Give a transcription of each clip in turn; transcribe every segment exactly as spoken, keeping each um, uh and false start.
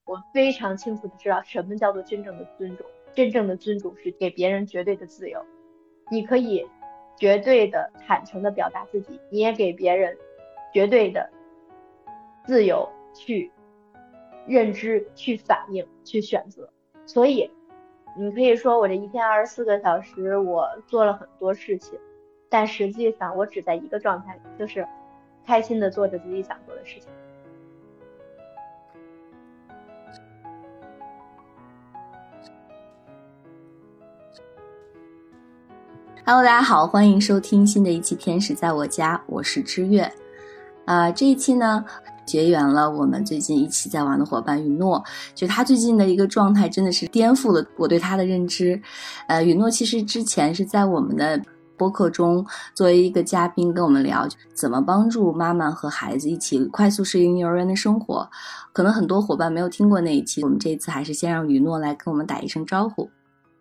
我非常清楚的知道什么叫做真正的尊重。真正的尊重是给别人绝对的自由，你可以绝对的坦诚的表达自己，你也给别人绝对的自由去认知、去反应、去选择。所以你可以说我这一天二十四个小时我做了很多事情，但实际上我只在一个状态里，就是开心的做着自己想做的事情。 Hello， 大家好，欢迎收听新的一期《天使在我家》，我是知月。啊、呃，这一期呢，结缘了我们最近一起在玩的伙伴允诺，就他最近的一个状态真的是颠覆了我对他的认知。呃，允诺其实之前是在我们的播客中作为一个嘉宾跟我们聊怎么帮助妈妈和孩子一起快速适应幼儿园的生活。可能很多伙伴没有听过那一期，我们这一次还是先让允诺来跟我们打一声招呼。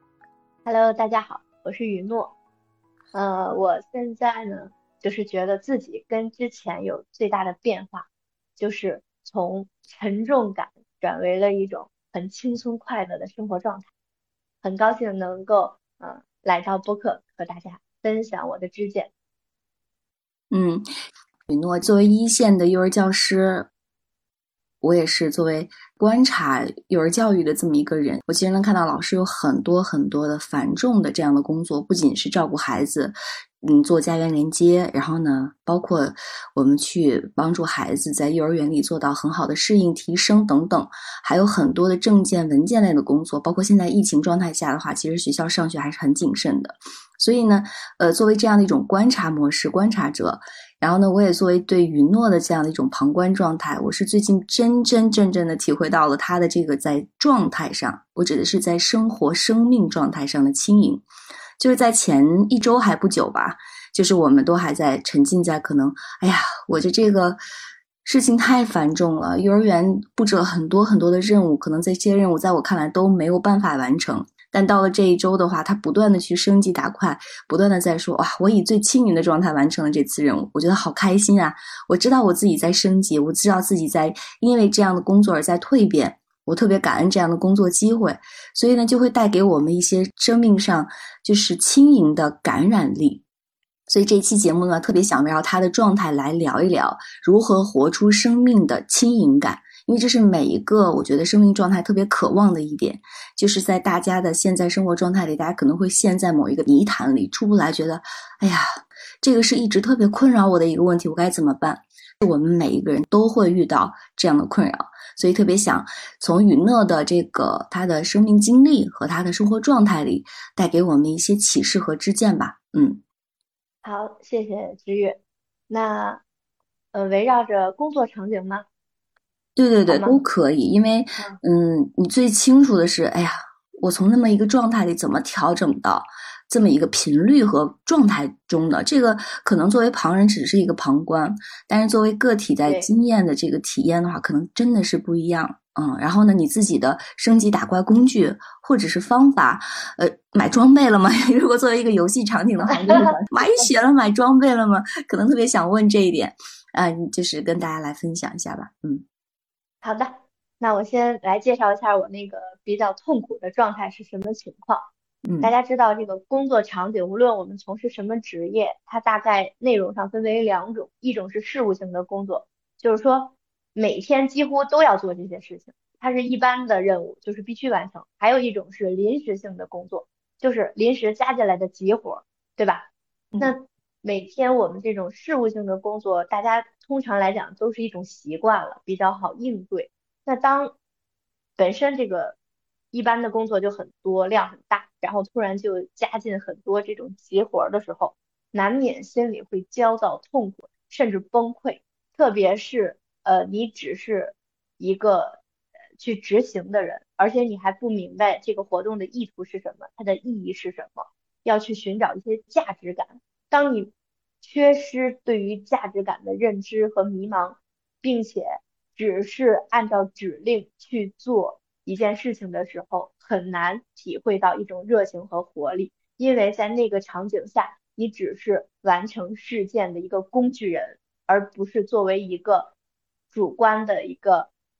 Hello， 大家好，我是允诺。呃，我现在呢，就是觉得自己跟之前有最大的变化，就是从沉重感转为了一种很轻松快乐的生活状态。很高兴能够呃来到播客和大家分享我的知见。 嗯，允诺作为一线的幼儿教师，我也是作为观察幼儿教育的这么一个人，我其实能看到老师有很多很多的繁重的这样的工作，不仅是照顾孩子，嗯，做家园连接，然后呢，包括我们去帮助孩子在幼儿园里做到很好的适应提升等等，还有很多的证件文件类的工作，包括现在疫情状态下的话，其实学校上学还是很谨慎的。所以呢，呃，作为这样的一种观察模式，观察者，然后呢，我也作为对允诺的这样的一种旁观状态，我是最近真真正正的体会到了他的这个在状态上，我指的是在生活生命状态上的轻盈。就是在前一周还不久吧，就是我们都还在沉浸在可能，哎呀，我的这个事情太繁重了，幼儿园布置了很多很多的任务，可能这些任务在我看来都没有办法完成。但到了这一周的话，他不断的去升级打怪，不断的在说，哇，我以最轻盈的状态完成了这次任务，我觉得好开心啊！我知道我自己在升级，我知道自己在因为这样的工作而在蜕变，我特别感恩这样的工作机会，所以呢，就会带给我们一些生命上就是轻盈的感染力。所以这期节目呢，特别想围绕他的状态来聊一聊，如何活出生命的轻盈感。因为这是每一个我觉得生命状态特别渴望的一点，就是在大家的现在生活状态里，大家可能会陷在某一个泥潭里出不来，觉得哎呀，这个是一直特别困扰我的一个问题，我该怎么办？我们每一个人都会遇到这样的困扰，所以特别想从允诺的这个他的生命经历和他的生活状态里带给我们一些启示和知见吧。嗯， 好，谢谢知月。那呃，围绕着工作场景吗？ 对对对，都好吗？ 可以，因为嗯， 嗯，你最清楚的是，哎呀，我从那么一个状态里怎么调整到这么一个频率和状态中的？这个可能作为旁人只是一个旁观，但是作为个体在对， 经验的这个体验的话，可能真的是不一样。嗯，然后呢，你自己的升级打怪工具或者是方法，呃，买装备了吗？如果作为一个游戏场景的话，就会想买血了，买装备了吗？可能特别想问这一点，啊、呃，就是跟大家来分享一下吧。嗯。 好的。那我先来介绍一下我那个比较痛苦的状态是什么情况。大嗯家知道这个工作场景，无论我们从事什么职业，它大概内容上分为两种，一种是事务性的工作，就是说每天几乎都要做这些事情，它是一般的任务，就是必须完成；还有一种是临时性的工作，就是临时加进来的急活，对吧？ 嗯那每天我们这种事务性的工作，大家通常来讲都是一种习惯了，比较好应对。那当本身这个一般的工作就很多，量很大，然后突然就加进很多这种急活儿的时候，难免心里会焦躁、痛苦，甚至崩溃。特别是呃，你只是一个呃去执行的人，而且你还不明白这个活动的意图是什么，它的意义是什么，要去寻找一些价值感。当你缺失对于价值感的认知和迷茫，并且只是按照指令去做一件事情的时候，很难体会到一种热情和活力，因为在那个场景下，你只是完成事件的一个工具人，而不是作为一个主观的一个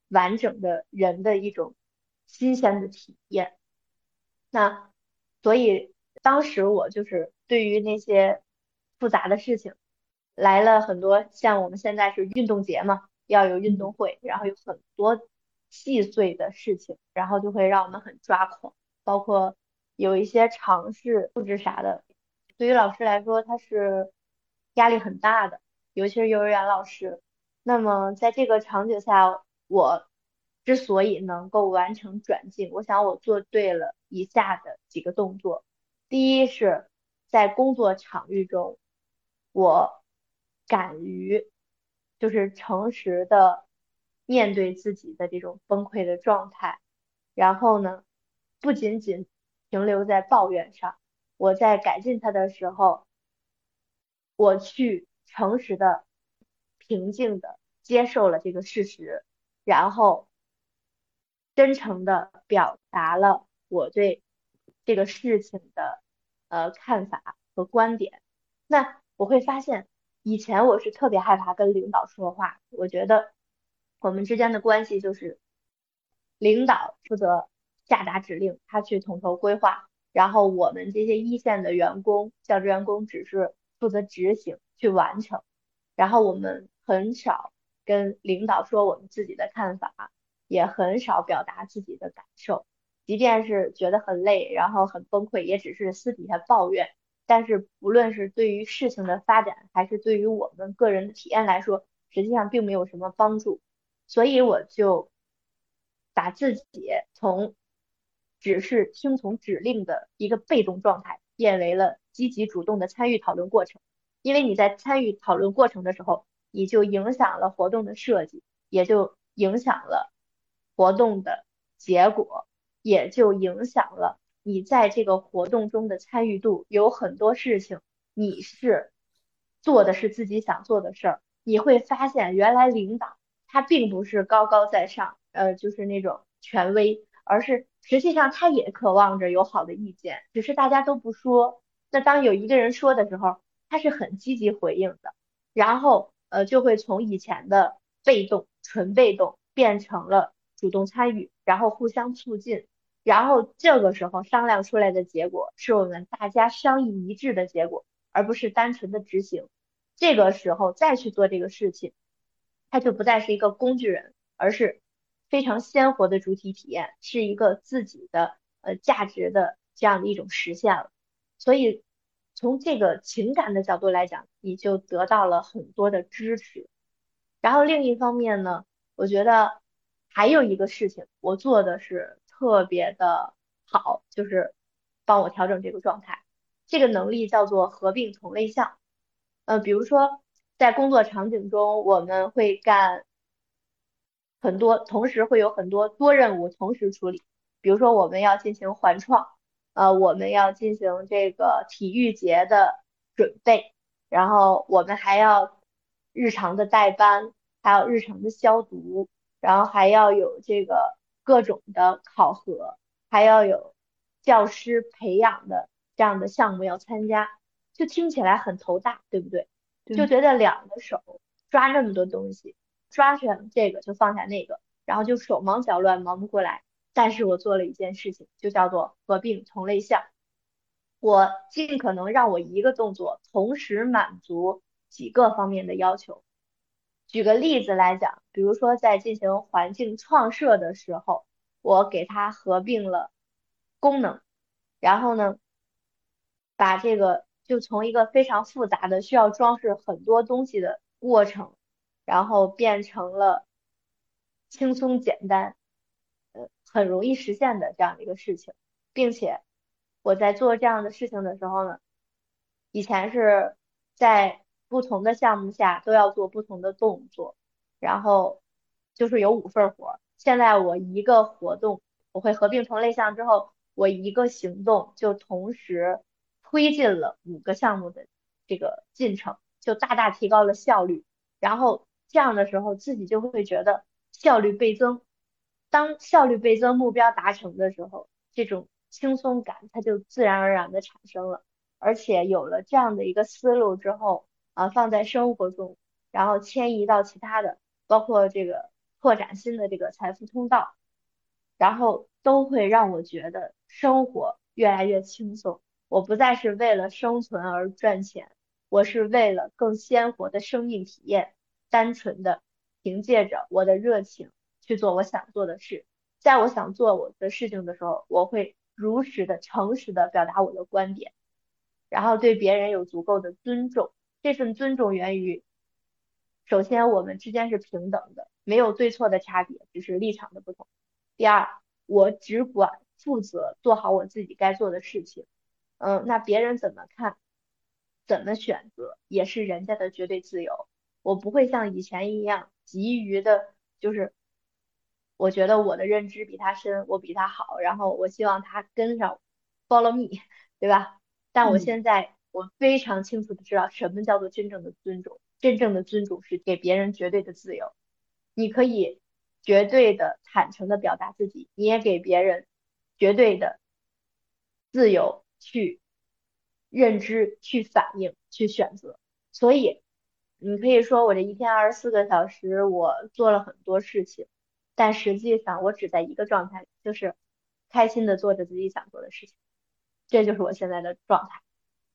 完整的人的一种新鲜的体验。那所以当时我就是对于那些复杂的事情，来了很多，像我们现在是运动节嘛，要有运动会，然后有很多细碎的事情，然后就会让我们很抓狂，包括有一些尝试布置啥的，对于老师来说，他是压力很大的，尤其是幼儿园老师。那么在这个场景下，我之所以能够完成转进，我想我做对了以下的几个动作。第一是在工作场域中，我敢于就是诚实的面对自己的这种崩溃的状态，然后呢，不仅仅停留在抱怨上，我在改进它的时候，我去诚实的、平静的接受了这个事实，然后真诚的表达了我对这个事情的呃看法和观点。那我会发现，以前我是特别害怕跟领导说话，我觉得我们之间的关系就是领导负责下达指令，他去统筹规划，然后我们这些一线的员工、教职员工只是负责执行去完成，然后我们很少跟领导说我们自己的看法，也很少表达自己的感受，即便是觉得很累，然后很崩溃，也只是私底下抱怨。但是不论是对于事情的发展，还是对于我们个人的体验来说，实际上并没有什么帮助。所以我就把自己从只是听从指令的一个被动状态，变为了积极主动的参与讨论过程。因为你在参与讨论过程的时候，你就影响了活动的设计，也就影响了活动的结果，也就影响了你在这个活动中的参与度。有很多事情你是做的是自己想做的事儿，你会发现原来领导他并不是高高在上，呃，就是那种权威，而是实际上他也渴望着有好的意见，只是大家都不说。那当有一个人说的时候，他是很积极回应的，然后呃就会从以前的被动、纯被动变成了主动参与，然后互相促进，然后这个时候商量出来的结果是我们大家商议一致的结果，而不是单纯的执行。这个时候再去做这个事情，它就不再是一个工具人，而是非常鲜活的主体体验，是一个自己的呃价值的这样的一种实现了。所以从这个情感的角度来讲，你就得到了很多的支持。然后另一方面呢，我觉得还有一个事情我做的是特别的好，就是帮我调整这个状态。这个能力叫做合并同类项。呃，比如说在工作场景中，我们会干很多，同时会有很多多任务同时处理。比如说我们要进行环创，呃，我们要进行这个体育节的准备，然后我们还要日常的带班，还有日常的消毒，然后还要有这个各种的考核，还要有教师培养的这样的项目要参加，就听起来很头大，对不对？就对， 觉得两个手抓那么多东西，抓上这个就放下那个，然后就手忙脚乱，忙不过来。但是我做了一件事情，就叫做合并同类项。我尽可能让我一个动作同时满足几个方面的要求。举个例子来讲，比如说在进行环境创设的时候，我给它合并了功能，然后呢，把这个就从一个非常复杂的需要装饰很多东西的过程，然后变成了轻松简单，呃，很容易实现的这样的一个事情，并且我在做这样的事情的时候呢，以前是在不同的项目下都要做不同的动作，然后就是有五份儿活儿，现在我一个活动我会合并成类项之后，我一个行动就同时推进了五个项目的这个进程，就大大提高了效率。然后这样的时候，自己就会觉得效率倍增。当效率倍增、目标达成的时候，这种轻松感它就自然而然的产生了。而且有了这样的一个思路之后，啊，放在生活中，然后迁移到其他的，包括这个拓展新的这个财富通道，然后都会让我觉得生活越来越轻松。我不再是为了生存而赚钱，我是为了更鲜活的生命体验，单纯的凭借着我的热情去做我想做的事。在我想做我的事情的时候，我会如实的、诚实的表达我的观点，然后对别人有足够的尊重。这份尊重源于，首先我们之间是平等的，没有对错的差别，只是立场的不同。第二，我只管负责做好我自己该做的事情。嗯，那别人怎么看，怎么选择，也是人家的绝对自由。我不会像以前一样急于的，就是我觉得我的认知比他深，我比他好，然后我希望他跟上，follow me，对吧？但我嗯。 现在我非常清楚的知道什么叫做真正的尊重，真正的尊重是给别人绝对的自由，你可以绝对的坦诚的表达自己，你也给别人绝对的自由去认知、去反应、去选择。所以你可以说我这一天二十四个小时，我做了很多事情，但实际上我只在一个状态里，就是开心的做着自己想做的事情，这就是我现在的状态。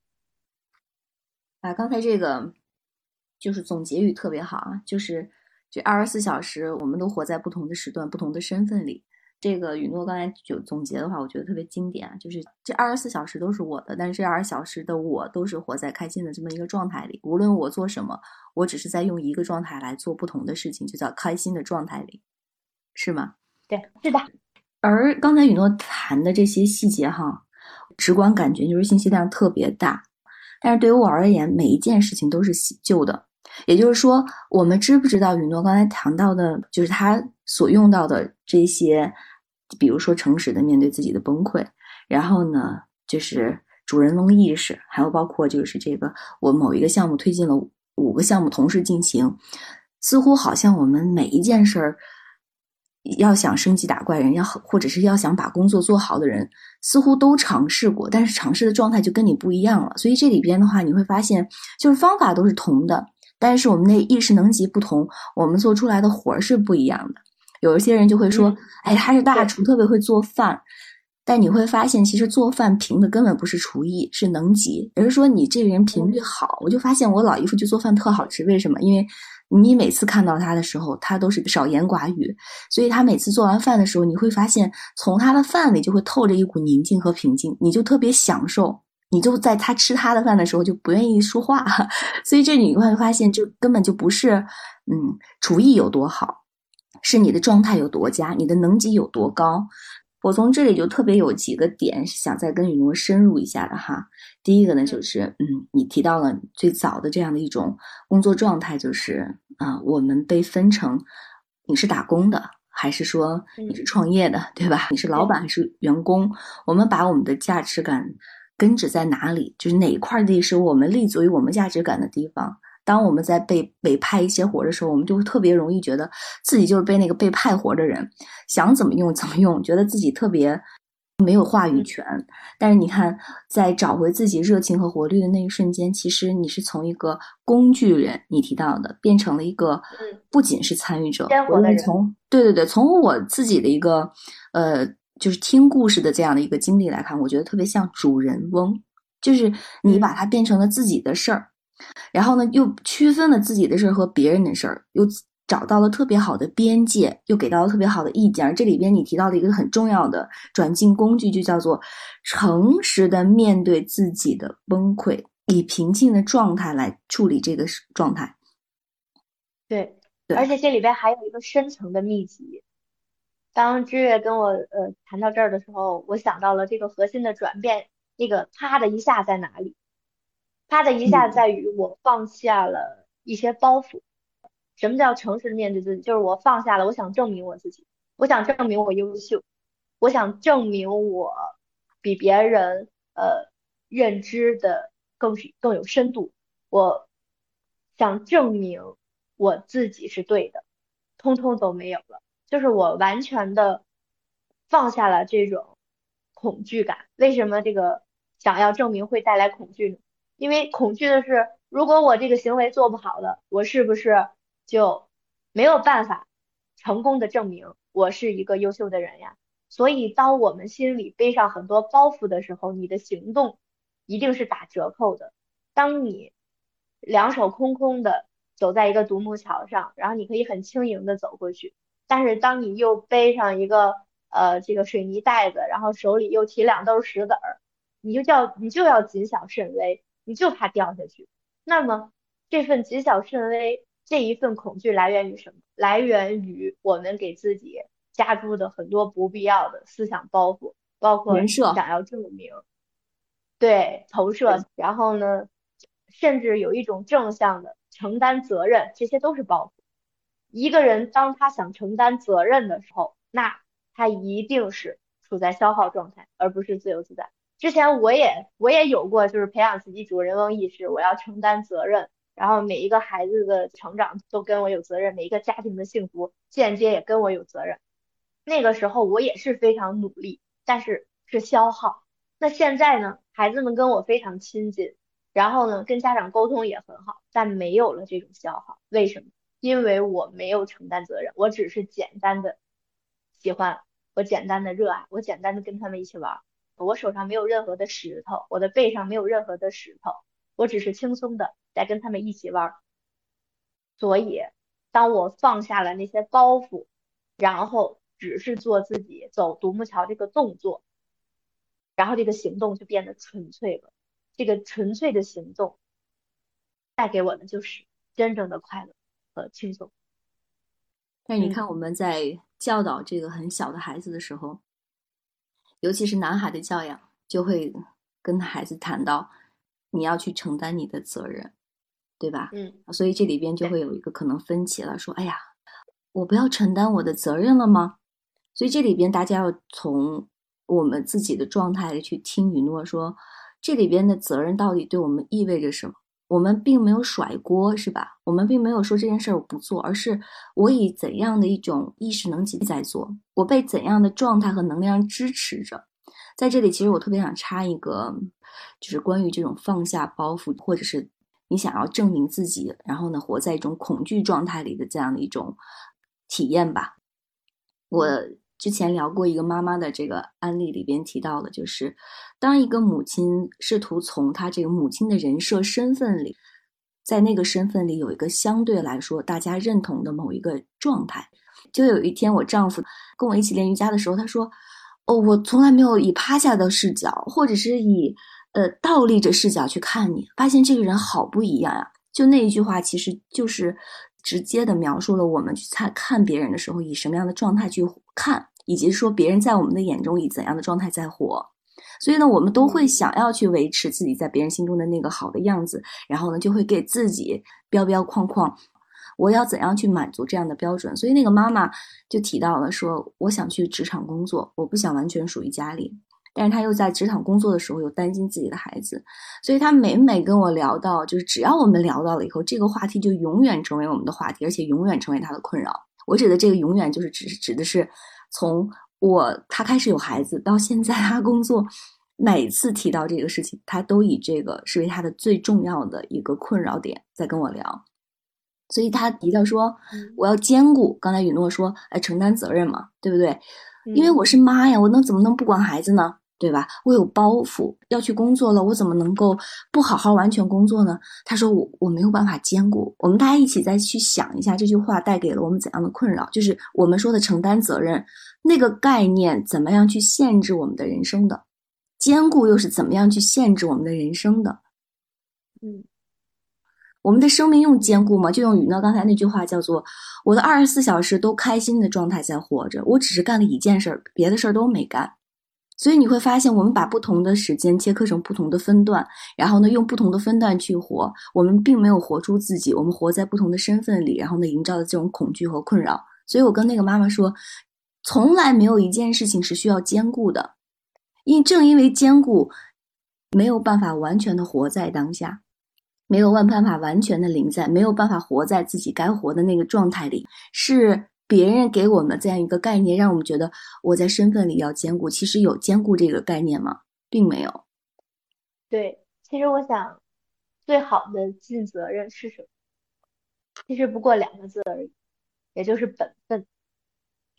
啊，刚才这个就是总结语特别好啊，就是这二十四小时，我们都活在不同的时段、不同的身份里。这个雨诺刚才就总结的话，我觉得特别经典啊，就是这二十四小时都是我的，但是这二十小时的我都是活在开心的这么一个状态里。无论我做什么，我只是在用一个状态来做不同的事情，就叫开心的状态里，是吗？ 对，是的。 而刚才雨诺谈的这些细节哈，直观感觉就是信息量特别大。但是对于我而言，每一件事情都是喜旧的。也就是说，我们知不知道雨诺刚才谈到的，就是他所用到的这些，比如说诚实的面对自己的崩溃，然后呢，就是主人翁意识，还有包括就是这个我某一个项目推进了五个项目同时进行，似乎好像我们每一件事儿。要想升级打怪人，要或者是要想把工作做好的人，似乎都尝试过，但是尝试的状态就跟你不一样了。所以这里边的话，你会发现，就是方法都是同的，但是我们的意识能级不同，我们做出来的活是不一样的。有一些人就会说， 嗯、 哎，他是大厨，特别会做饭。但你会发现，其实做饭凭的根本不是厨艺，是能级，而是说你这个人频率好。我就发现我老姨夫就做饭特好吃，为什么？因为你每次看到他的时候，他都是少言寡语，所以他每次做完饭的时候，你会发现从他的饭里就会透着一股宁静和平静，你就特别享受，你就在他吃他的饭的时候就不愿意说话。所以这你会发现，就根本就不是嗯厨艺有多好，是你的状态有多佳，你的能级有多高。我从这里就特别有几个点是想再跟雨诺深入一下的哈。第一个呢，就是嗯，你提到了最早的这样的一种工作状态，就是啊、呃，我们被分成你是打工的，还是说你是创业的，对吧？你是老板还是员工？我们把我们的价值感根植在哪里？就是哪一块地是我们立足于我们价值感的地方？当我们在被委派一些活的时候，我们就会特别容易觉得自己就是被那个被派活的人，想怎么用怎么用，觉得自己特别没有话语权。但是你看，在找回自己热情和活力的那一瞬间，其实你是从一个工具人，你提到的，变成了一个不仅是参与者。我认为从对对对，从我自己的一个呃，就是听故事的这样的一个经历来看，我觉得特别像主人翁，就是你把它变成了自己的事儿。然后呢，又区分了自己的事儿和别人的事儿，又找到了特别好的边界，又给到了特别好的意见。而这里边你提到的一个很重要的转进工具，就叫做诚实的面对自己的崩溃，以平静的状态来处理这个状态。 对， 对， 而且这里边还有一个深层的秘籍。当知月跟我呃谈到这儿的时候，我想到了这个核心的转变，那个啪的一下在哪里？啪的一下在于我放下了一些包袱。什么叫诚实的面对自己？就是我放下了，我想证明我自己，我想证明我优秀，我想证明我比别人呃认知的更是更有深度，我想证明我自己是对的，通通都没有了，就是我完全的放下了这种恐惧感。为什么这个想要证明会带来恐惧呢？因为恐惧的是，如果我这个行为做不好了，我是不是就没有办法成功的证明我是一个优秀的人呀。所以当我们心里背上很多包袱的时候，你的行动一定是打折扣的。当你两手空空的走在一个独木桥上，然后你可以很轻盈的走过去，但是当你又背上一个呃这个水泥袋子，然后手里又提两兜石子儿，你就叫你就要谨小慎微，你就怕掉下去。那么这份谨小慎微，这一份恐惧来源于什么？来源于我们给自己加诸的很多不必要的思想包袱，包括人设。 想要证明，对，投射，然后呢，甚至有一种正向的承担责任，这些都是包袱。一个人当他想承担责任的时候，那他一定是处在消耗状态，而不是自由自在。之前我也我也有过，就是培养自己主人翁意识，我要承担责任，然后每一个孩子的成长都跟我有责任，每一个家庭的幸福间接也跟我有责任。那个时候我也是非常努力，但是是消耗。那现在呢，孩子们跟我非常亲近，然后呢，跟家长沟通也很好，但没有了这种消耗。为什么？因为我没有承担责任，我只是简单的喜欢，我简单的热爱，我简单的跟他们一起玩。我手上没有任何的石头，我的背上没有任何的石头，我只是轻松的在跟他们一起玩。所以，当我放下了那些包袱，然后只是做自己走独木桥这个动作，然后这个行动就变得纯粹了。这个纯粹的行动带给我的就是真正的快乐和轻松。 但是你嗯看我们在教导这个很小的孩子的时候，尤其是男孩的教养，就会跟孩子谈到你要去承担你的责任，对吧？ 嗯， 所以这里边就对， 会有一个可能分歧了，说，哎呀，我不要承担我的责任了吗？所以这里边大家要从我们自己的状态里去听雨诺说，这里边的责任到底对我们意味着什么？我们并没有甩锅，是吧？我们并没有说这件事儿我不做，而是我以怎样的一种意识能级在做，我被怎样的状态和能量支持着。在这里，其实我特别想插一个，就是关于这种放下包袱，或者是你想要证明自己，然后呢，活在一种恐惧状态里的这样的一种体验吧。我嗯之前聊过一个妈妈的这个案例，里边提到的就是，当一个母亲试图从她这个母亲的人设身份里，在那个身份里有一个相对来说大家认同的某一个状态。就有一天，我丈夫跟我一起练瑜伽的时候，他说：“哦，我从来没有以趴下的视角，或者是以呃倒立着视角去看你，发现这个人好不一样呀。”就那一句话，其实就是直接的描述了我们去看看别人的时候，以什么样的状态去看，以及说别人在我们的眼中以怎样的状态在活。所以呢，我们都会嗯想要去维持自己在别人心中的那个好的样子，然后呢，就会给自己标标框框。我要怎样去满足这样的标准？所以那个妈妈就提到了说，我想去职场工作，我不想完全属于家里。但是她又在职场工作的时候又担心自己的孩子，所以她每每跟我聊到，就是只要我们聊到了以后，这个话题就永远成为我们的话题，而且永远成为她的困扰。我指的这个永远就是指指的是从我她开始有孩子到现在她工作，每次提到这个事情，她都以这个视为她的最重要的一个困扰点在跟我聊。所以他提到说， 嗯我要兼顾。刚才允诺说，哎，承担责任嘛，对不对？因为嗯我是妈呀，我能怎么能不管孩子呢？对吧？我有包袱，要去工作了，我怎么能够不好好完全工作呢？他说我我没有办法兼顾。我们大家一起再去想一下这句话带给了我们怎样的困扰，就是我们说的承担责任那个概念怎么样去限制我们的人生的，兼顾又是怎么样去限制我们的人生的。 嗯我们的生命用兼顾吗？就用雨诺刚才那句话叫做我的二十四小时都开心的状态在活着，我只是干了一件事儿，别的事儿都没干。所以你会发现，我们把不同的时间切割成不同的分段，然后呢，用不同的分段去活，我们并没有活出自己，我们活在不同的身份里，然后呢，营造的这种恐惧和困扰。所以我跟那个妈妈说，从来没有一件事情是需要兼顾的，因正因为兼顾，没有办法完全的活在当下。没有办法完全的临在，没有办法活在自己该活的那个状态里，是别人给我们的这样一个概念，让我们觉得我在身份里要兼顾。其实有兼顾这个概念吗？并没有。 对，其实我想，最好的尽责任是什么？其实不过两个字而已，也就是本分。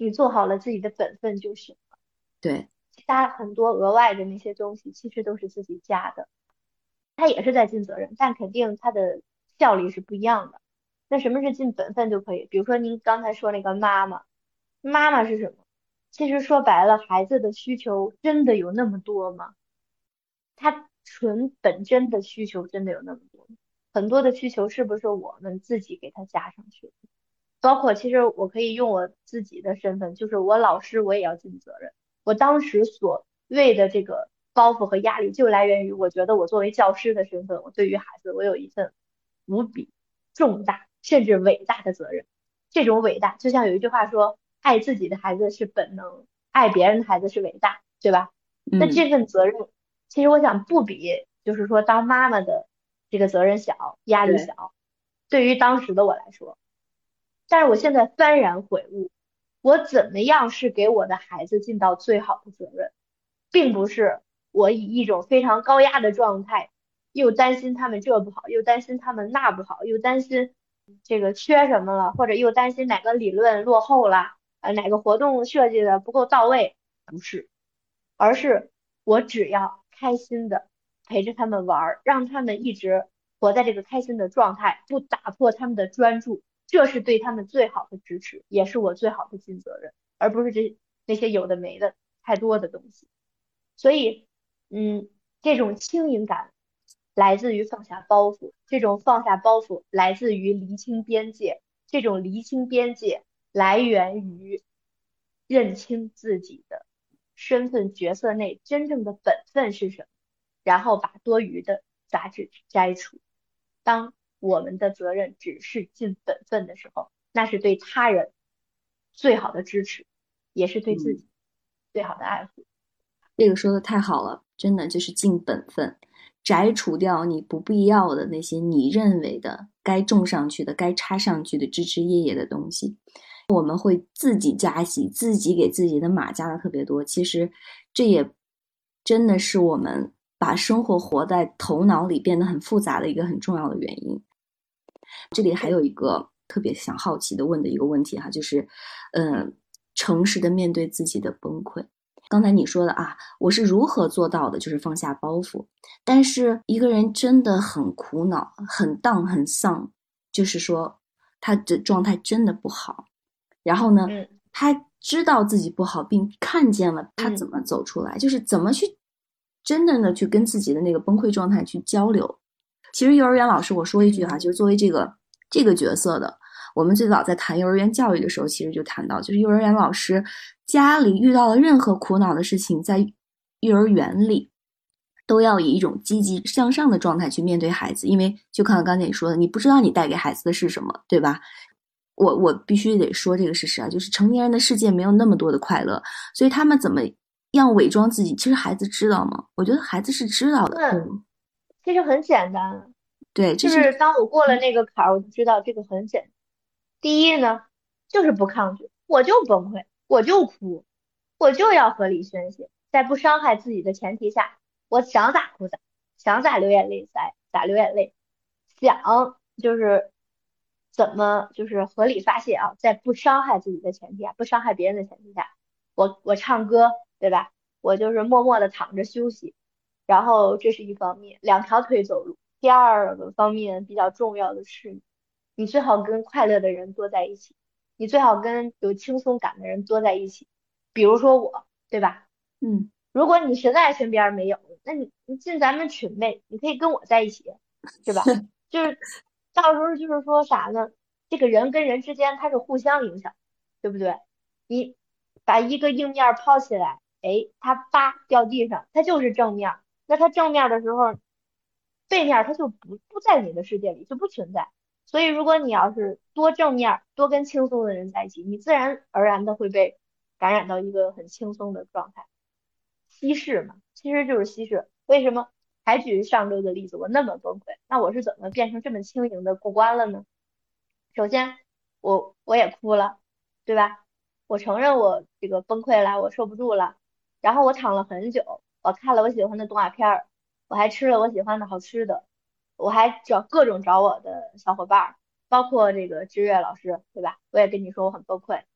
你做好了自己的本分就行了。 对， 其他很多额外的那些东西，其实都是自己加的，他也是在尽责任，但肯定他的效率是不一样的。那什么是尽本分就可以？比如说您刚才说那个妈妈，妈妈是什么？其实说白了，孩子的需求真的有那么多吗？他纯本真的需求真的有那么多吗？很多的需求是不是我们自己给他加上去的？包括其实我可以用我自己的身份，就是我老师，我也要尽责任。我当时所谓的这个包袱和压力，就来源于我觉得我作为教师的身份，我对于孩子，我有一份无比重大甚至伟大的责任。这种伟大，就像有一句话说，爱自己的孩子是本能，爱别人的孩子是伟大，对吧？那嗯， 这份责任，其实我想不比，就是说当妈妈的这个责任小，压力对， 小。对于当时的我来说。但是我现在幡然悔悟，我怎么样是给我的孩子尽到最好的责任，并不是我以一种非常高压的状态，又担心他们这不好，又担心他们那不好，又担心这个缺什么了，或者又担心哪个理论落后了，呃，哪个活动设计的不够到位，不是，而是我只要开心的陪着他们玩儿，让他们一直活在这个开心的状态，不打破他们的专注。这是对他们最好的支持，也是我最好的尽责任，而不是这那些有的没的太多的东西。所以，嗯，这种轻盈感来自于放下包袱，这种放下包袱来自于厘清边界，这种厘清边界来源于认清自己的身份角色内真正的本分是什么，然后把多余的杂质摘除。当我们的责任只是尽本分的时候，那是对他人最好的支持，也是对自嗯。 己最好的爱护。 这个说的太好了，真的就是尽本分，摘除掉你不必要的那些你认为的该种上去的、该插上去的枝枝叶叶的东西。我们会自己加戏，自己给自己的码加的特别多。其实这也真的是我们把生活活在头脑里变得很复杂的一个很重要的原因。这里还有一个特别想好奇的问的一个问题哈，就是，呃，诚实的面对自己的崩溃。刚才你说的啊，我是如何做到的？就是放下包袱。但是一个人真的很苦恼、很荡、很丧，就是说他的状态真的不好。然后呢， 嗯他知道自己不好，并看见了他怎嗯么走出来，就是怎么去真正的去跟自己的那个崩溃状态去交流。其实幼儿园老师，我说一句哈， 嗯就是作为这个这个角色的，我们最早在谈幼儿园教育的时候，其实就谈到，就是幼儿园老师家里遇到了任何苦恼的事情，在幼儿园里都要以一种积极向上的状态去面对孩子，因为就看刚才你说的，你不知道你带给孩子的是什么，对吧？我我必须得说这个事实啊，就是成年人的世界没有那么多的快乐，所以他们怎么样伪装自己，其实孩子知道吗？我觉得孩子是知道的，对嗯，其实很简单， 对，这是就是当我过了那个坎儿，我就知道这个很简单。第一呢，就是不抗拒，我就崩溃，我就哭，我就要合理宣泄，在不伤害自己的前提下，我想咋哭咋，想咋流眼泪咋咋流眼泪，想就是怎么就是合理发泄啊，在不伤害自己的前提下，不伤害别人的前提下，我我唱歌，对吧？我就是默默的躺着休息，然后这是一方面，两条腿走路。第二个方面比较重要的是，你最好跟快乐的人多在一起，你最好跟有轻松感的人多在一起。比如说我，对吧？ 嗯。 如果你实在身边没有，那你你进咱们群呗，你可以跟我在一起，是吧？就是到时候就是说啥呢？这个人跟人之间他是互相影响，对不对？你把一个硬面抛起来，哎，它叭掉地上，它就是正面。那它正面的时候，背面它就不不在你的世界里，就不存在。所以如果你要是多正面，多跟轻松的人在一起，你自然而然的会被感染到一个很轻松的状态。稀释嘛，其实就是稀释。为什么？还举上周的例子，我那么崩溃，那我是怎么变成这么轻盈的过关了呢？首先，我我也哭了，对吧？我承认我这个崩溃了，我受不住了。然后我躺了很久，我看了我喜欢的动画片儿，我还吃了我喜欢的好吃的，我还找各种找我的小伙伴儿，包括这个知月老师，对吧？我也跟你说我很崩溃。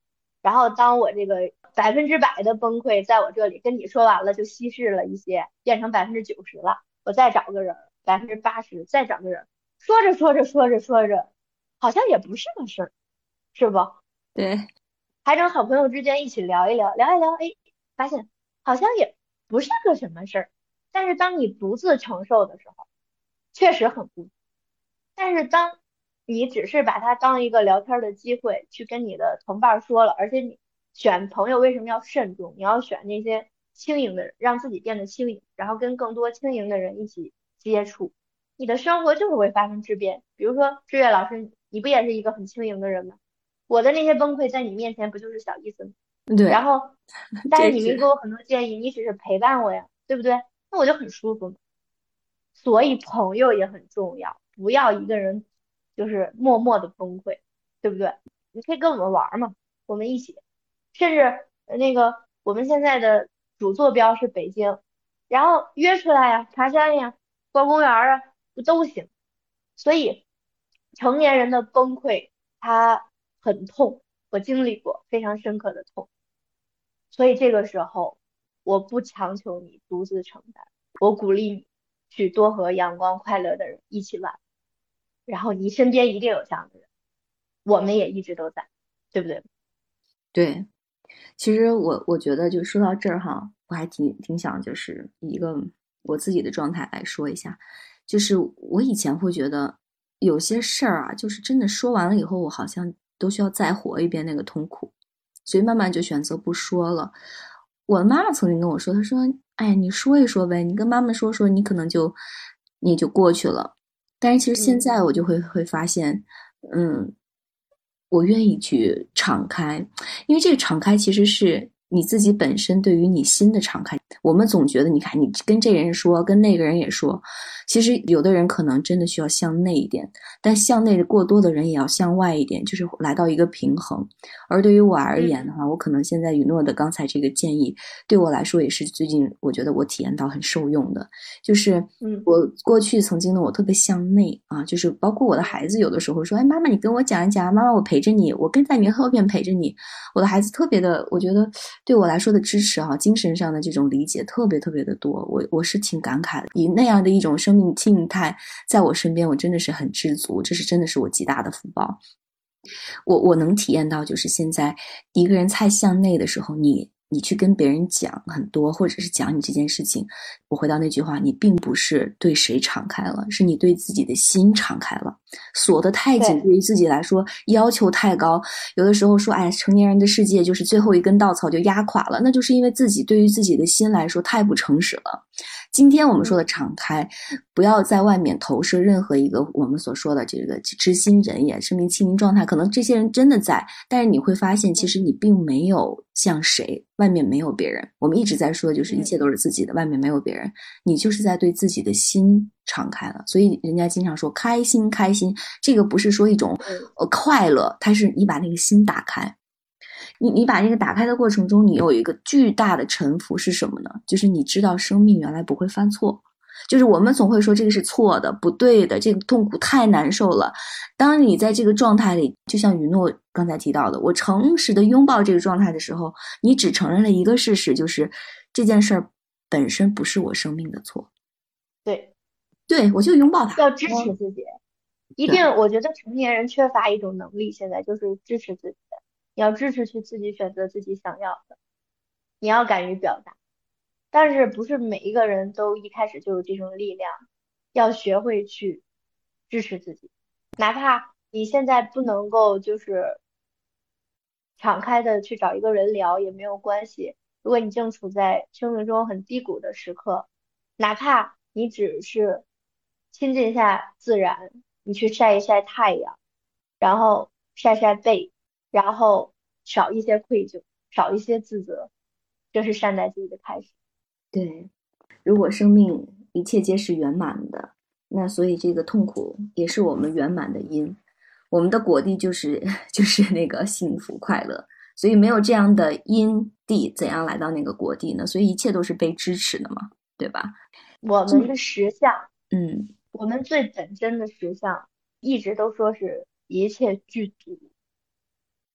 然后当我这个百分之百的崩溃在我这里跟你说完了，就稀释了一些，变成百分之九十了。我再找个人，百分之八十，再找个人，说着说着说着说着，好像也不是个事儿，是不？ 对还等好朋友之间一起聊一聊，聊一聊，哎，发现好像也不是个什么事儿。但是当你独自承受的时候，确实很孤独。但是当你只是把它当一个聊天的机会去跟你的同伴说了，而且你选朋友为什么要慎重？你要选那些轻盈的人，让自己变得轻盈，然后跟更多轻盈的人一起接触，你的生活就是会发生质变。比如说志月老师，你不也是一个很轻盈的人吗？我的那些崩溃在你面前不就是小意思吗？ 对， 然后，但是这是你没给我很多建议，你只是陪伴我呀，对不对？那我就很舒服嘛。所以朋友也很重要，不要一个人就是默默的崩溃，对不对？你可以跟我们玩儿嘛，我们一起，甚至呃那个我们现在的主坐标是北京，然后约出来呀，爬山呀，逛公园儿啊，不都行？所以成年人的崩溃，他很痛，我经历过非常深刻的痛。所以这个时候，我不强求你独自承担，我鼓励你去多和阳光快乐的人一起玩，然后你身边一定有这样的人，我们也一直都在，对不对？ 对。其实我我觉得，就说到这儿哈，我还挺挺想就是以一个我自己的状态来说一下，就是我以前会觉得有些事儿啊，就是真的说完了以后，我好像都需要再活一遍那个痛苦，所以慢慢就选择不说了。我的妈妈曾经跟我说，她说：“哎，你说一说呗，你跟妈妈说说，你可能就你就过去了。”但是其实现嗯， 在我就会会发现，嗯，我愿意去敞开，因为这个敞开其实是你自己本身对于你心的敞开。我们总觉得，你看，你跟这人说，跟那个人也说，其实有的人可能真的需要向内一点，但向内的过多的人也要向外一点，就是来到一个平衡。而对于我而言嗯的话，我可能现在雨诺的刚才这个建议，对我来说也是最近我觉得我体验到很受用的，就是嗯我过去曾经的我特别向内啊，就是包括我的嗯孩子有的时候说，哎，妈妈你跟我讲一讲，妈妈我陪着你，我跟在你后面陪着你。我的孩子特别的，我觉得对我来说的支持啊，精神上的这种理解特别特别的多，我我是挺感慨的。以那样的一种生命静态在我身边，我真的是很知足，这是真的是我极大的福报。我我能体验到，就是现在一个人太向内的时候，你你去跟别人讲很多，或者是讲你这件事情，我回到那句话，你并不是对谁敞开了，是你对自己的心敞开了。锁得太紧， 对， 对于自己来说要求太高，有的时候说，哎，成年人的世界就是最后一根稻草就压垮了，那就是因为自己对于自己的心来说太不诚实了。今天我们说的嗯敞开，不要在外面投射任何一个我们所说的这个知心人也、生命清明状态。可能这些人真的在，但是你会发现，其嗯实你并没有像谁，外面没有别人。我们一直在说，就是一嗯切都是自己的，外面没有别人。你就是在对自己的心敞开了。所以人家经常说开心，开心，这个不是说一种嗯呃快乐，它是你把那个心打开。你你把这个打开的过程中，你有一个巨大的臣服是什么呢？就是你知道生命原来不会犯错。就是我们总会说这个是错的、不对的，这个痛苦太难受了。当你在这个状态里，就像雨诺刚才提到的，我诚实的拥抱这个状态的时候，你只承认了一个事实，就是这件事儿本身不是我生命的错。 对， 对，我就拥抱它。 要支持嗯， 自己，一对定，我觉得成年人缺乏一种能力，现在就是支持自己，你要支持去自己选择自己想要的，你要敢于表达。但是不是每一个人都一开始就有这种力量，要学会去支持自己，哪怕你现在不能够就是敞开的去找一个人聊也没有关系。如果你正处在生命中很低谷的时刻，哪怕你只是亲近一下自然，你去晒一晒太阳，然后晒晒背，然后少一些愧疚，少一些自责，这是善待自己的开始。 对，如果生命一切皆是圆满的，那所以这个痛苦也是我们圆满的因，我们的果地就是就是那个幸福快乐。所以没有这样的因地，怎样来到那个果地呢？所以一切都是被支持的嘛，对吧？ 我们的实相， 嗯， 我们最本真的实相，一直都说是一切具足。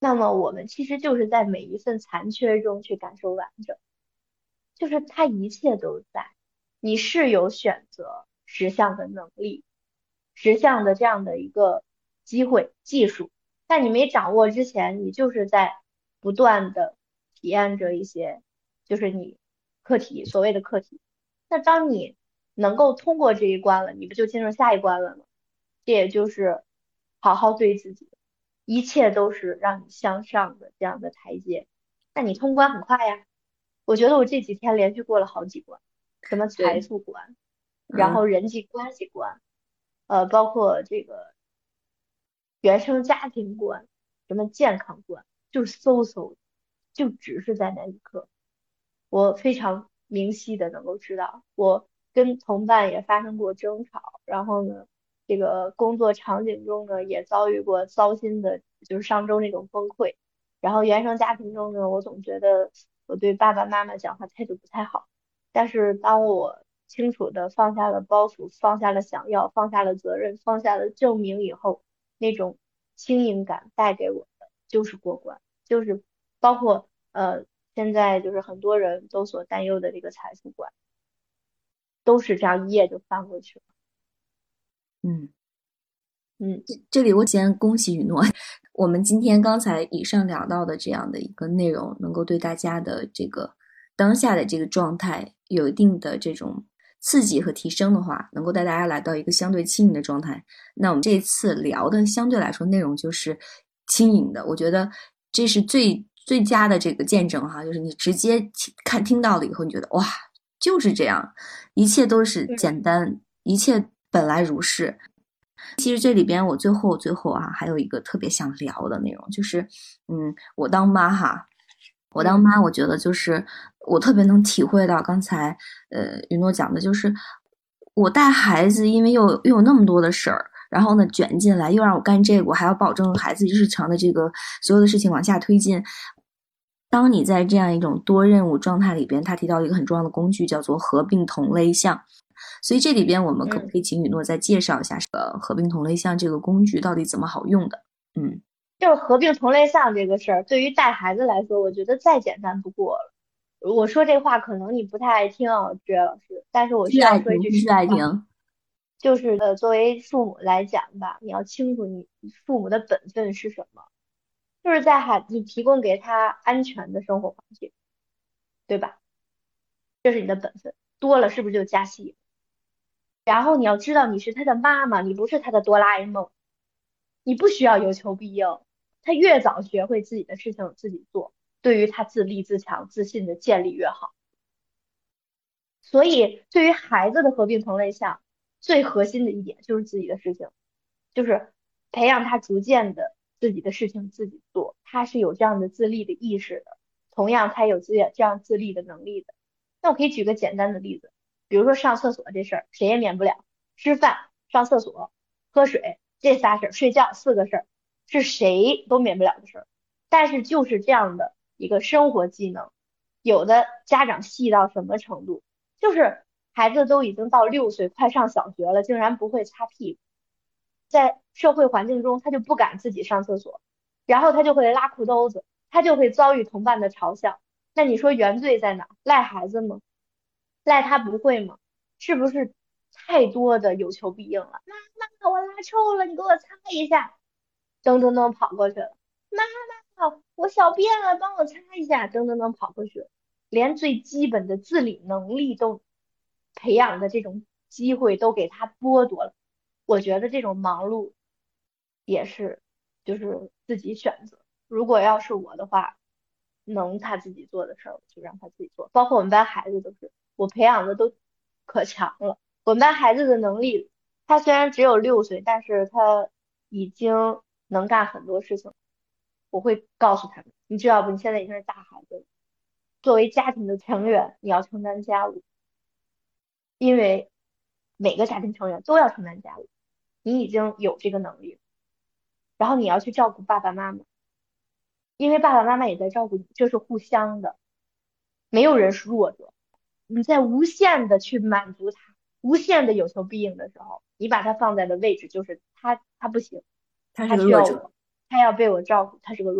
那么我们其实就是在每一份残缺中去感受完整，就是它一切都在，你是有选择实相的能力，实相的这样的一个机会技术，在你没掌握之前，你就是在不断的体验着一些，就是你课题，所谓的课题。那当你能够通过这一关了，你不就进入下一关了吗？这也就是好好对自己，一切都是让你向上的这样的台阶。那你通关很快呀。我觉得我这几天连续过了好几关，什么财对， 富关，然嗯， 后人际关系关，呃，包括这个原生家庭观，什么健康观，就是嗖嗖，就只是在那一刻，我非常明晰的能够知道，我跟同伴也发生过争吵，然后呢，这个工作场景中呢也遭遇过糟心的，就是上周那种崩溃，然后原生家庭中呢，我总觉得我对爸爸妈妈讲话态度不太好，但是当我清楚的放下了包袱，放下了想要，放下了责任，放下了证明以后。那种轻盈感带给我的就是过关，就是包括呃现在就是很多人都所担忧的这个财富观，都是这样一页就翻过去了。 嗯。 嗯这里我先恭喜雨诺，我们今天刚才以上聊到的这样的一个内容，能够对大家的这个当下的这个状态有一定的这种刺激和提升的话，能够带大家来到一个相对轻盈的状态。那我们这一次聊的相对来说内容就是轻盈的，我觉得这是最最佳的这个见证哈，就是你直接看听到了以后，你觉得哇，就是这样，一切都是嗯简单，一切本来如是。其实这里边我最后最后啊，还有一个特别想聊的内容，就是，嗯，我当妈哈，我当嗯妈，我觉得就是我特别能体会到刚才呃云诺讲的，就是我带孩子，因为又又有那么多的事儿，然后呢卷进来，又让我干这个，我还要保证孩子日常的这个所有的事情往下推进。当你在这样一种多任务状态里边，他提到一个很重要的工具，叫做合并同类项。所以这里边我们可不嗯， 可以请雨诺再介绍一下这个合并同类项这个工具到底怎么好用的？嗯， 就是合并同类项这个事儿，对于带孩子来说，我觉得再简单不过了。我说这话可能你不太爱听啊，志远老师，但是我需要必须爱听， 说一句实必须爱话。 听。 就是呃，作为父母来讲吧，你要清楚你父母的本分是什么，就是在孩你提供给他安全的生活环境，对吧？这是你的本分，多了是不是就加戏？然后你要知道你是他的妈妈，你不是他的哆啦 A 梦，你不需要有求必应。他越早学会自己的事情自己做，对于他自立自强、自信的建立越好。所以，对于孩子的合并同类项，最核心的一点就是自己的事情，就是培养他逐渐的自己的事情自己做，他是有这样的自立的意识的，同样他有自这样自立的能力的。那我可以举个简单的例子，比如说上厕所这事儿，谁也免不了，吃饭、上厕所、喝水这仨事儿，睡觉四个事儿，是谁都免不了的事儿。但是就是这样的一个生活技能，有的家长细到什么程度？就是孩子都已经到六岁，快上小学了，竟然不会擦屁股，在社会环境中他就不敢自己上厕所，然后他就会拉裤兜子，他就会遭遇同伴的嘲笑。那你说原罪在哪？赖孩子吗？赖他不会吗？是不是太多的有求必应了？妈妈，我拉臭了，你给我擦一下。噔噔噔跑过去了。妈妈，我小便了，帮我擦一下。噔噔噔跑过去了。连最基本的自理能力都培养的这种机会都给他剥夺了。我觉得这种忙碌也是，就是自己选择。如果要是我的话，能他自己做的事儿，我就让他自己做。包括我们班孩子都是，我培养的都可强了。我们班孩子的能力，他虽然只有六岁，但是他已经能干很多事情。我会告诉他们，你知道不？你现在已经是大孩子了，作为家庭的成员，你要承担家务，因为每个家庭成员都要承担家务，你已经有这个能力了，然后你要去照顾爸爸妈妈，因为爸爸妈妈也在照顾你，这是互相的，没有人是弱者。你在无限的去满足他，无限的有求必应的时候，你把他放在的位置就是他他不行，他他是个弱者。 需要我，他要被我照顾，他是个弱者。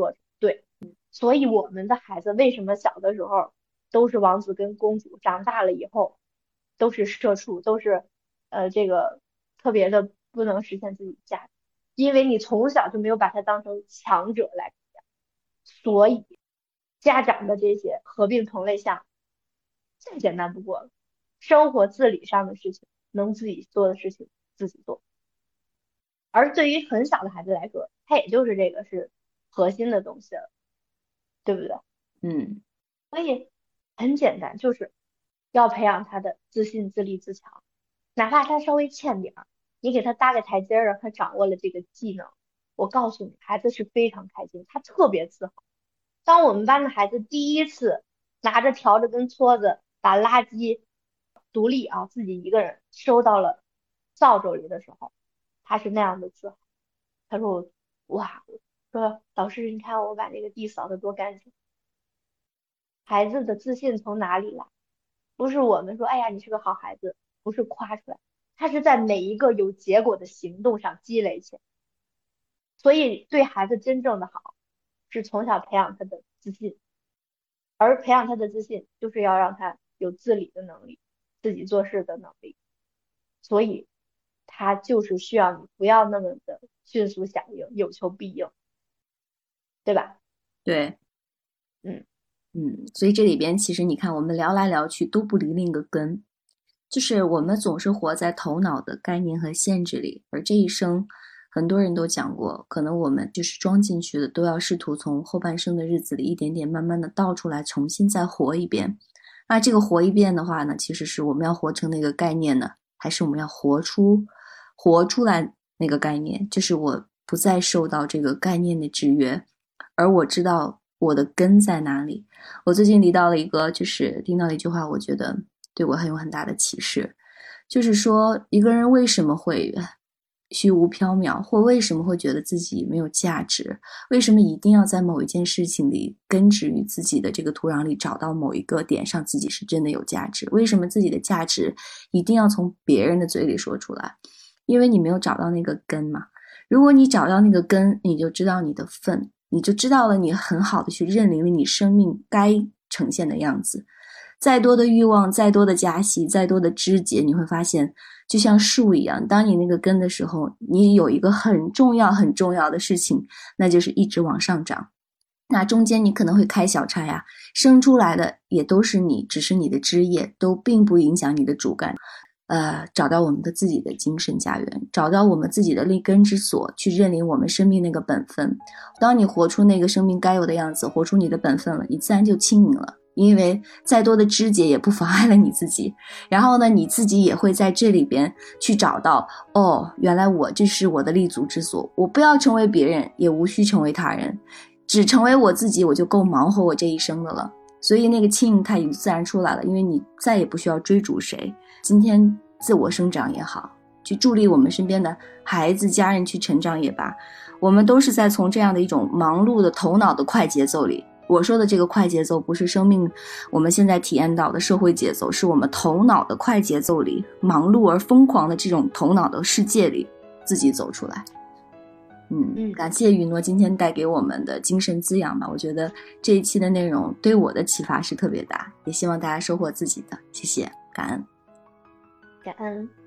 对，所以我们的孩子为什么小的时候都是王子跟公主，长大了以后都是社畜，都是呃这个特别的不能实现自己价值，因为你从小就没有把他当成强者来培养，所以家长的这些合并同类项再简单不过了，生活自理上的事情能自己做的事情自己做，而对于很小的孩子来说，他也就是这个是核心的东西了，对不对？ 嗯所以很简单，就是要培养他的自信、自立、自强，哪怕他稍微欠点儿，你给他搭个台阶儿，让他掌握了这个技能，我告诉你，孩子是非常开心，他特别自豪。当我们班的孩子第一次拿着笤帚跟撮子把垃圾独立啊自己一个人收到了扫帚里的时候，他是那样的自豪。他说我哇，说老师你看我把那个地扫得多干净。孩子的自信从哪里来？不是我们说哎呀你是个好孩子，不是夸出来，他是在每一个有结果的行动上积累起来。所以对孩子真正的好是从小培养他的自信。而培养他的自信，就是要让他有自理的能力，自己做事的能力。所以，他就是需要你不要那么的迅速响应，有求必应，对吧？ 对， 嗯嗯，所以这里边其实你看，我们聊来聊去都不离另一个根，就是我们总是活在头脑的概念和限制里，而这一生，很多人都讲过，可能我们就是装进去的，都要试图从后半生的日子里一点点慢慢的倒出来，重新再活一遍。那这个活一遍的话呢，其实是我们要活成那个概念呢，还是我们要活出活出来那个概念？就是我不再受到这个概念的制约，而我知道我的根在哪里。我最近提到了一个，就是听到了一句话，我觉得对我很有很大的启示，就是说一个人为什么会虚无缥缈，或为什么会觉得自己没有价值，为什么一定要在某一件事情里根植于自己的这个土壤里，找到某一个点上自己是真的有价值，为什么自己的价值一定要从别人的嘴里说出来？因为你没有找到那个根嘛。如果你找到那个根，你就知道你的份，你就知道了，你很好的去认领了你生命该呈现的样子。再多的欲望，再多的加息，再多的枝节，你会发现就像树一样，当你那个根的时候，你有一个很重要很重要的事情，那就是一直往上涨。那中间你可能会开小差呀，生出来的也都是你，只是你的枝叶，都并不影响你的主干。呃，找到我们的自己的精神家园，找到我们自己的立根之所，去认领我们生命那个本分。当你活出那个生命该有的样子，活出你的本分了，你自然就清明了。因为再多的枝节也不妨碍了你自己，然后呢，你自己也会在这里边去找到，哦，原来我这是我的立足之所，我不要成为别人，也无需成为他人，只成为我自己，我就够忙活我这一生的了。所以那个轻盈它也自然出来了，因为你再也不需要追逐谁，今天自我生长也好，去助力我们身边的孩子家人去成长也罢，我们都是在从这样的一种忙碌的头脑的快节奏里，我说的这个快节奏不是生命我们现在体验到的社会节奏，是我们头脑的快节奏里，忙碌而疯狂的这种头脑的世界里自己走出来。嗯，感谢雨诺今天带给我们的精神滋养吧，我觉得这一期的内容对我的启发是特别大，也希望大家收获自己的，谢谢，感恩， 感恩。